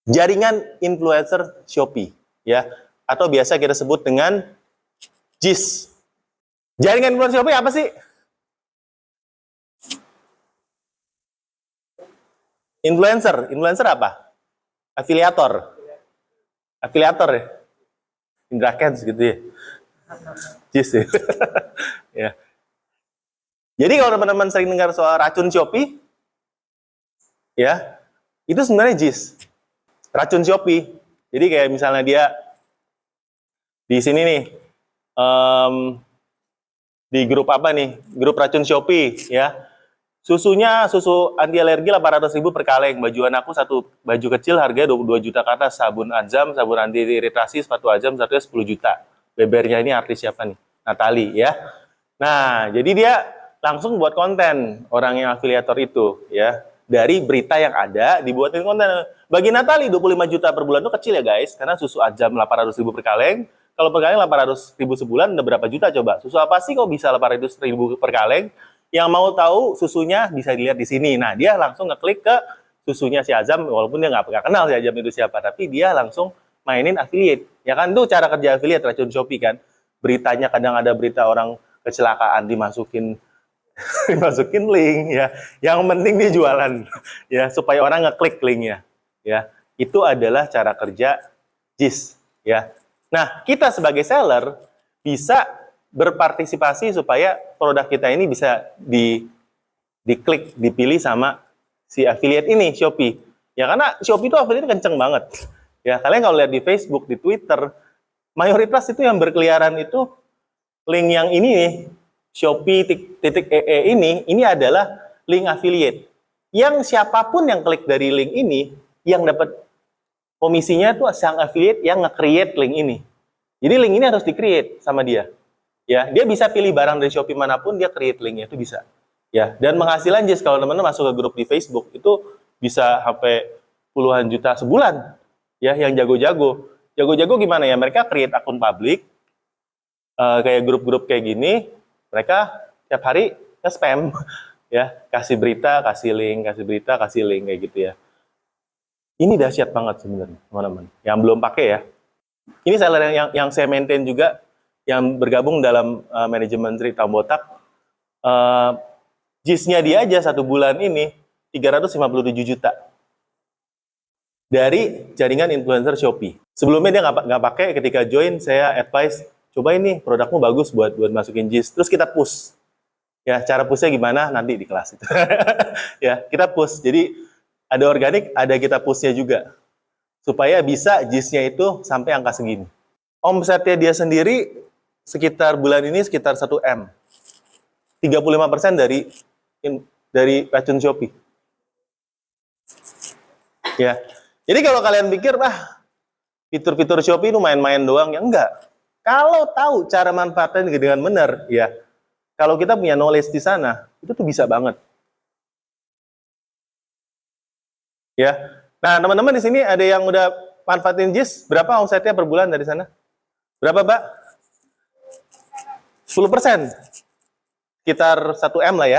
Jaringan influencer Shopee, ya, atau biasa kita sebut dengan JIS. Jaringan influencer Shopee apa sih? Influencer apa? Afiliator ya? Indra Kents gitu ya? JIS ya? Ya. Jadi kalau teman-teman sering dengar soal racun Shopee, ya, itu sebenarnya JIS. Racun Shopee. Jadi kayak misalnya dia di sini nih, di grup apa nih? Grup racun Shopee, ya. Susunya susu anti alergi 800.000 per kaleng. Baju anakku satu baju kecil harganya 22 juta ke atas. Sabun Azam, sabun anti iritasi, sepatu Azam satunya 10 juta. Bebernya ini artis siapa nih? Natali ya. Nah, jadi dia langsung buat konten orang yang afiliator itu ya. Dari berita yang ada dibuatin konten. Bagi Natali 25 juta per bulan itu kecil ya guys, karena susu Azam 800.000 per kaleng. Kalau per kaleng 800.000 sebulan udah berapa juta coba? Susu apa sih kok bisa 800.000 per kaleng? Yang mau tahu susunya bisa dilihat di sini. Nah, dia langsung ngeklik ke susunya si Azam, walaupun dia nggak kenal si Azam itu siapa, tapi dia langsung mainin affiliate. Ya kan, itu cara kerja affiliate racun Shopee kan. Beritanya kadang ada berita orang kecelakaan dimasukin link ya. Yang penting dia jualan ya, supaya orang ngeklik linknya. Ya, itu adalah cara kerja JIS ya. Nah, kita sebagai seller bisa berpartisipasi supaya produk kita ini bisa diklik, dipilih sama si affiliate ini, Shopee. Ya karena Shopee itu affiliate kenceng banget. Ya, kalian kalau lihat di Facebook, di Twitter, mayoritas itu yang berkeliaran itu link yang ini nih, Shopee.ee ini adalah link affiliate. Yang siapapun yang klik dari link ini, yang dapat komisinya itu sang affiliate yang nge-create link ini. Jadi link ini harus di-create sama dia. Ya, dia bisa pilih barang dari Shopee manapun, dia create linknya itu bisa. Ya, dan penghasilan JIS kalau teman-teman masuk ke grup di Facebook itu bisa sampai puluhan juta sebulan. Ya, yang jago-jago. Jago-jago gimana ya? Mereka create akun publik, kayak grup-grup kayak gini, mereka tiap hari nge-spam. Ya, kasih berita, kasih link, kasih berita, kasih link kayak gitu ya. Ini dahsyat banget sebenarnya, teman-teman. Yang belum pakai ya. Ini seller yang saya maintain juga, yang bergabung dalam manajemen cerita botak, JIS-nya dia aja satu bulan ini 357 juta dari jaringan influencer Shopee. Sebelumnya dia nggak pakai, ketika join saya advice, coba ini produkmu bagus buat masukin JIS. Terus kita push. Ya, cara pushnya gimana nanti di kelas itu. Ya, kita push. Jadi ada organik, ada kita pushnya juga supaya bisa JIS-nya itu sampai angka segini. Omsetnya dia sendiri sekitar bulan ini sekitar 1 M. 35% dari racun Shopee. Ya. Jadi kalau kalian pikir, fitur-fitur Shopee itu main-main doang, ya enggak. Kalau tahu cara manfaatnya dengan benar, ya. Kalau kita punya knowledge di sana, itu tuh bisa banget. Ya. Nah, teman-teman di sini ada yang udah manfaatin JIS, berapa omsetnya per bulan dari sana? Berapa, Mbak? 10%. Sekitar 1 M lah ya.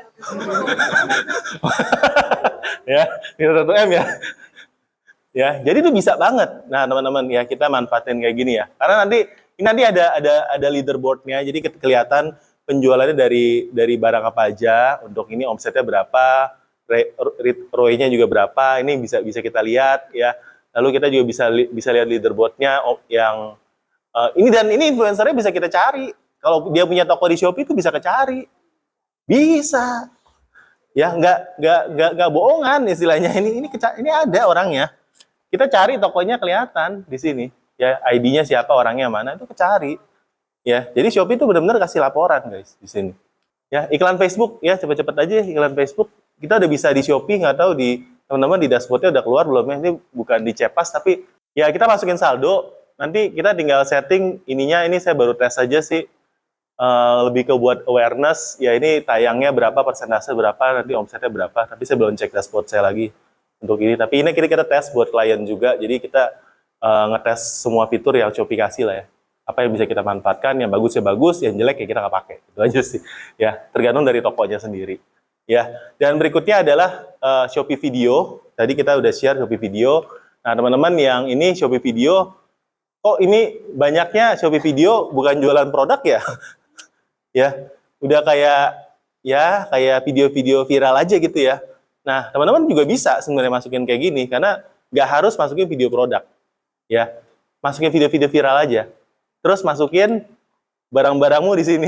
Ya, sekitar 1 M ya. Ya, jadi itu bisa banget. Nah, teman-teman ya, kita manfaatin kayak gini ya. Karena nanti ada leaderboardnya, jadi kelihatan penjualannya dari barang apa aja, untuk ini omsetnya berapa, ROI-nya juga berapa, ini bisa kita lihat ya. Lalu kita juga bisa lihat leaderboardnya yang ini influencernya bisa kita cari. Kalau dia punya toko di Shopee itu bisa kecari. Bisa. Ya, nggak bohongan istilahnya. Ini ada orangnya. Kita cari tokonya kelihatan di sini. Ya, ID-nya siapa, orangnya mana, itu kecari. Ya, jadi Shopee itu benar-benar kasih laporan, guys, di sini. Ya, iklan Facebook ya, cepet-cepet aja iklan Facebook. Kita udah bisa di Shopee, nggak tahu di teman-teman di dashboardnya udah keluar belum ya? Ini bukan di Cepas, tapi ya kita masukin saldo. Nanti kita tinggal setting ininya. Ini saya baru tes aja sih. Lebih ke buat awareness, ya ini tayangnya berapa, persentase berapa, nanti omsetnya berapa, tapi saya belum cek dashboard saya lagi untuk ini, tapi ini kita tes buat klien juga, jadi kita ngetes semua fitur yang Shopee kasih lah ya, apa yang bisa kita manfaatkan, yang bagus ya bagus, yang jelek ya kita nggak pakai, itu aja sih, ya tergantung dari tokonya sendiri, ya. Dan berikutnya adalah Shopee Video, tadi kita udah share Shopee Video, Nah, teman-teman yang ini Shopee Video, kok ini banyaknya Shopee Video bukan jualan produk ya? Ya, udah kayak video-video viral aja gitu ya. Nah, teman-teman juga bisa sebenarnya masukin kayak gini, karena nggak harus masukin video produk. Ya, masukin video-video viral aja. Terus masukin barang-barangmu di sini.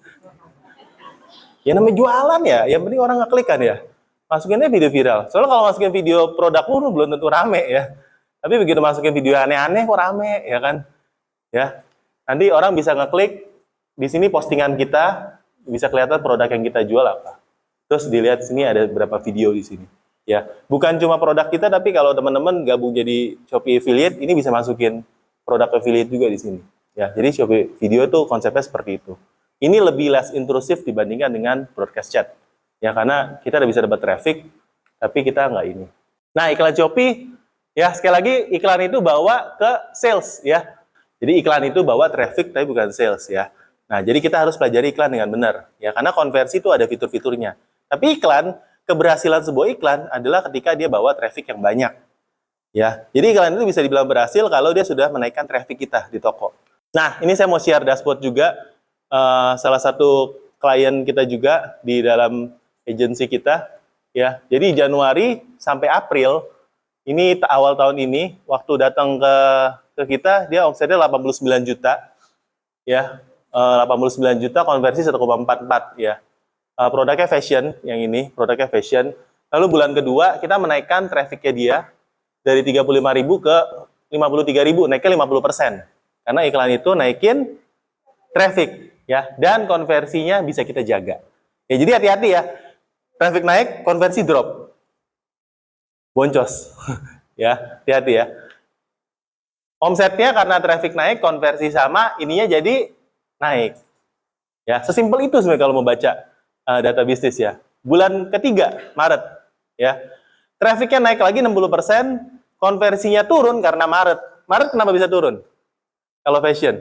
Ya namanya jualan ya, yang penting orang ngeklik kan ya. Masukinnya video viral. Soalnya kalau masukin video produkmu belum tentu rame ya. Tapi begitu masukin video aneh-aneh kok rame ya kan. Ya. Nanti orang bisa ngeklik di sini postingan kita, bisa kelihatan produk yang kita jual apa. Terus dilihat sini ada berapa video di sini. Ya, bukan cuma produk kita, tapi kalau teman-teman gabung jadi Shopee Affiliate, ini bisa masukin produk affiliate juga di sini. Ya, jadi Shopee Video tuh konsepnya seperti itu. Ini lebih less intrusif dibandingkan dengan broadcast chat. Ya, karena kita udah bisa dapat traffic, tapi kita nggak ini. Nah, iklan Shopee, ya sekali lagi iklan itu bawa ke sales ya. Jadi iklan itu bawa traffic tapi bukan sales ya. Nah, jadi kita harus pelajari iklan dengan benar ya, karena konversi itu ada fitur-fiturnya. Tapi iklan, keberhasilan sebuah iklan adalah ketika dia bawa traffic yang banyak. Ya. Jadi iklan itu bisa dibilang berhasil kalau dia sudah menaikkan traffic kita di toko. Nah, ini saya mau share dashboard juga. Salah satu klien kita juga di dalam agensi kita ya. Jadi Januari sampai April ini awal tahun ini waktu datang ke kita dia omsetnya 89 juta ya. 89 juta konversi 1,44 ya. Produknya fashion yang ini, produknya fashion. Lalu bulan kedua kita menaikkan trafficnya dia dari 35.000 ke 53.000, naiknya 50%. Karena iklan itu naikin traffic ya, dan konversinya bisa kita jaga. Ya, jadi hati-hati ya. Traffic naik, konversi drop. Boncos. Ya, hati-hati ya. Omsetnya karena traffic naik, konversi sama, ininya jadi naik. Ya, sesimpel itu sebenarnya kalau mau baca data bisnis ya. Bulan ketiga, Maret ya. Trafficnya naik lagi 60%, konversinya turun karena Maret. Maret kenapa bisa turun? Kalau fashion.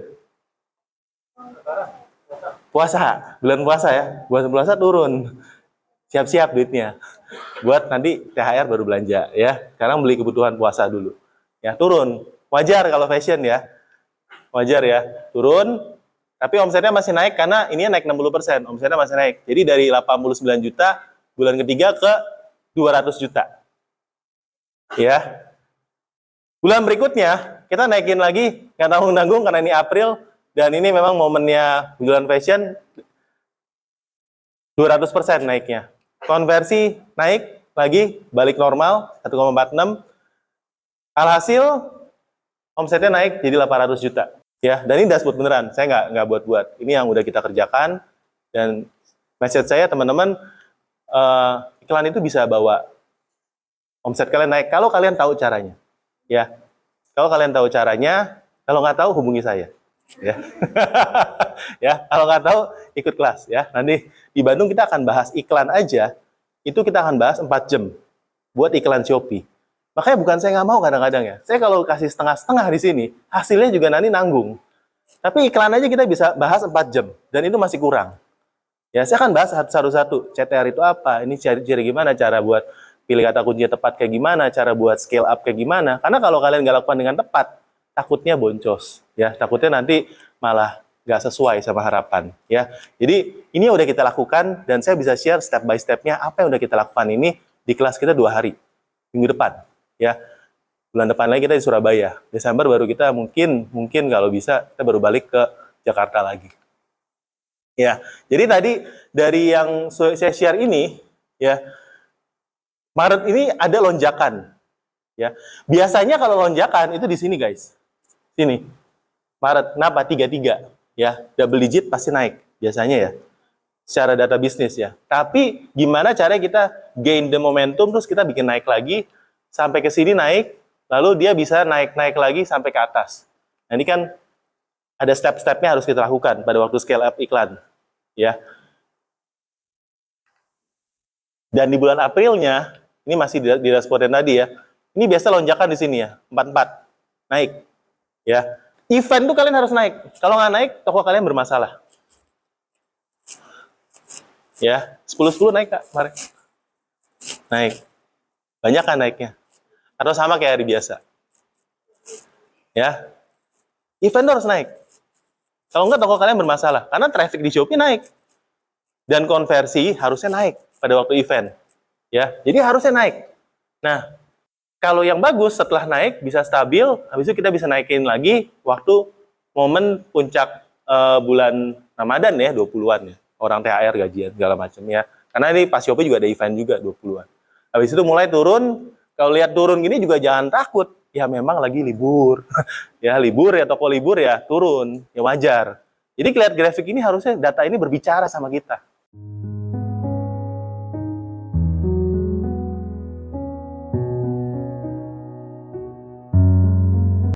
Puasa, bulan puasa ya. Bulan puasa turun. Siap-siap duitnya. Buat nanti THR baru belanja ya. Sekarang beli kebutuhan puasa dulu. Ya, turun. Wajar kalau fashion ya. Wajar ya, turun. Tapi omsetnya masih naik karena ini naik 60%. Omsetnya masih naik. Jadi dari 89 juta bulan ketiga ke 200 juta. Ya. Bulan berikutnya kita naikin lagi, nggak tanggung-tanggung karena ini April. Dan ini memang momennya bulan fashion 200% naiknya. Konversi naik lagi, balik normal 1,46. Alhasil omsetnya naik jadi 800 juta. Ya, dan ini dashboard beneran. Saya nggak buat-buat. Ini yang udah kita kerjakan. Dan message saya teman-teman, iklan itu bisa bawa omset kalian naik kalau kalian tahu caranya. Ya, kalau kalian tahu caranya, kalau nggak tahu hubungi saya. Ya, ya kalau nggak tahu ikut kelas ya. Nanti di Bandung kita akan bahas iklan aja. Itu kita akan bahas 4 jam buat iklan Shopee. Makanya bukan saya nggak mau kadang-kadang ya. Saya kalau kasih setengah-setengah di sini, hasilnya juga nanti nanggung. Tapi iklan aja kita bisa bahas 4 jam dan itu masih kurang. Ya, saya akan bahas satu-satu. CTR itu apa? Ini ciri-ciri gimana, cara buat pilih kata kuncinya tepat kayak gimana, cara buat scale up kayak gimana. Karena kalau kalian nggak lakukan dengan tepat, takutnya boncos, ya takutnya nanti malah nggak sesuai sama harapan, ya. Jadi ini udah kita lakukan dan saya bisa share step by stepnya apa yang udah kita lakukan ini di kelas kita 2 hari minggu depan, ya. Bulan depan lagi kita di Surabaya, Desember baru kita mungkin kalau bisa kita baru balik ke Jakarta lagi, ya. Jadi tadi dari yang saya share ini, ya, Maret ini ada lonjakan, ya. Biasanya kalau lonjakan itu di sini guys. Sini, Maret, kenapa? 33, ya, double digit pasti naik, biasanya ya, secara data bisnis ya. Tapi gimana caranya kita gain the momentum, terus kita bikin naik lagi, sampai ke sini naik, lalu dia bisa naik-naik lagi sampai ke atas. Nah ini kan ada step-stepnya harus kita lakukan pada waktu scale up iklan, ya. Dan di bulan Aprilnya, ini masih di dashboard yang tadi ya, ini biasa lonjakan di sini ya, 44, naik. Ya, event tuh kalian harus naik. Kalau nggak naik, toko kalian bermasalah. Ya, 10-10 naik Kak, kemarin. Naik. Banyak kan naiknya. Atau sama kayak hari biasa. Ya, event itu harus naik. Kalau enggak toko kalian bermasalah karena traffic di Shopee naik dan konversi harusnya naik pada waktu event. Ya, jadi harusnya naik. Nah, kalau yang bagus setelah naik bisa stabil, habis itu kita bisa naikin lagi waktu momen puncak bulan Ramadan ya, 20-an ya. Orang THR gajian segala macam ya. Karena ini pas Shopee juga ada event juga 20-an. Habis itu mulai turun, kalau lihat turun gini juga jangan takut. Ya memang lagi libur. Ya libur ya, toko libur ya turun, ya wajar. Jadi lihat grafik ini harusnya data ini berbicara sama kita.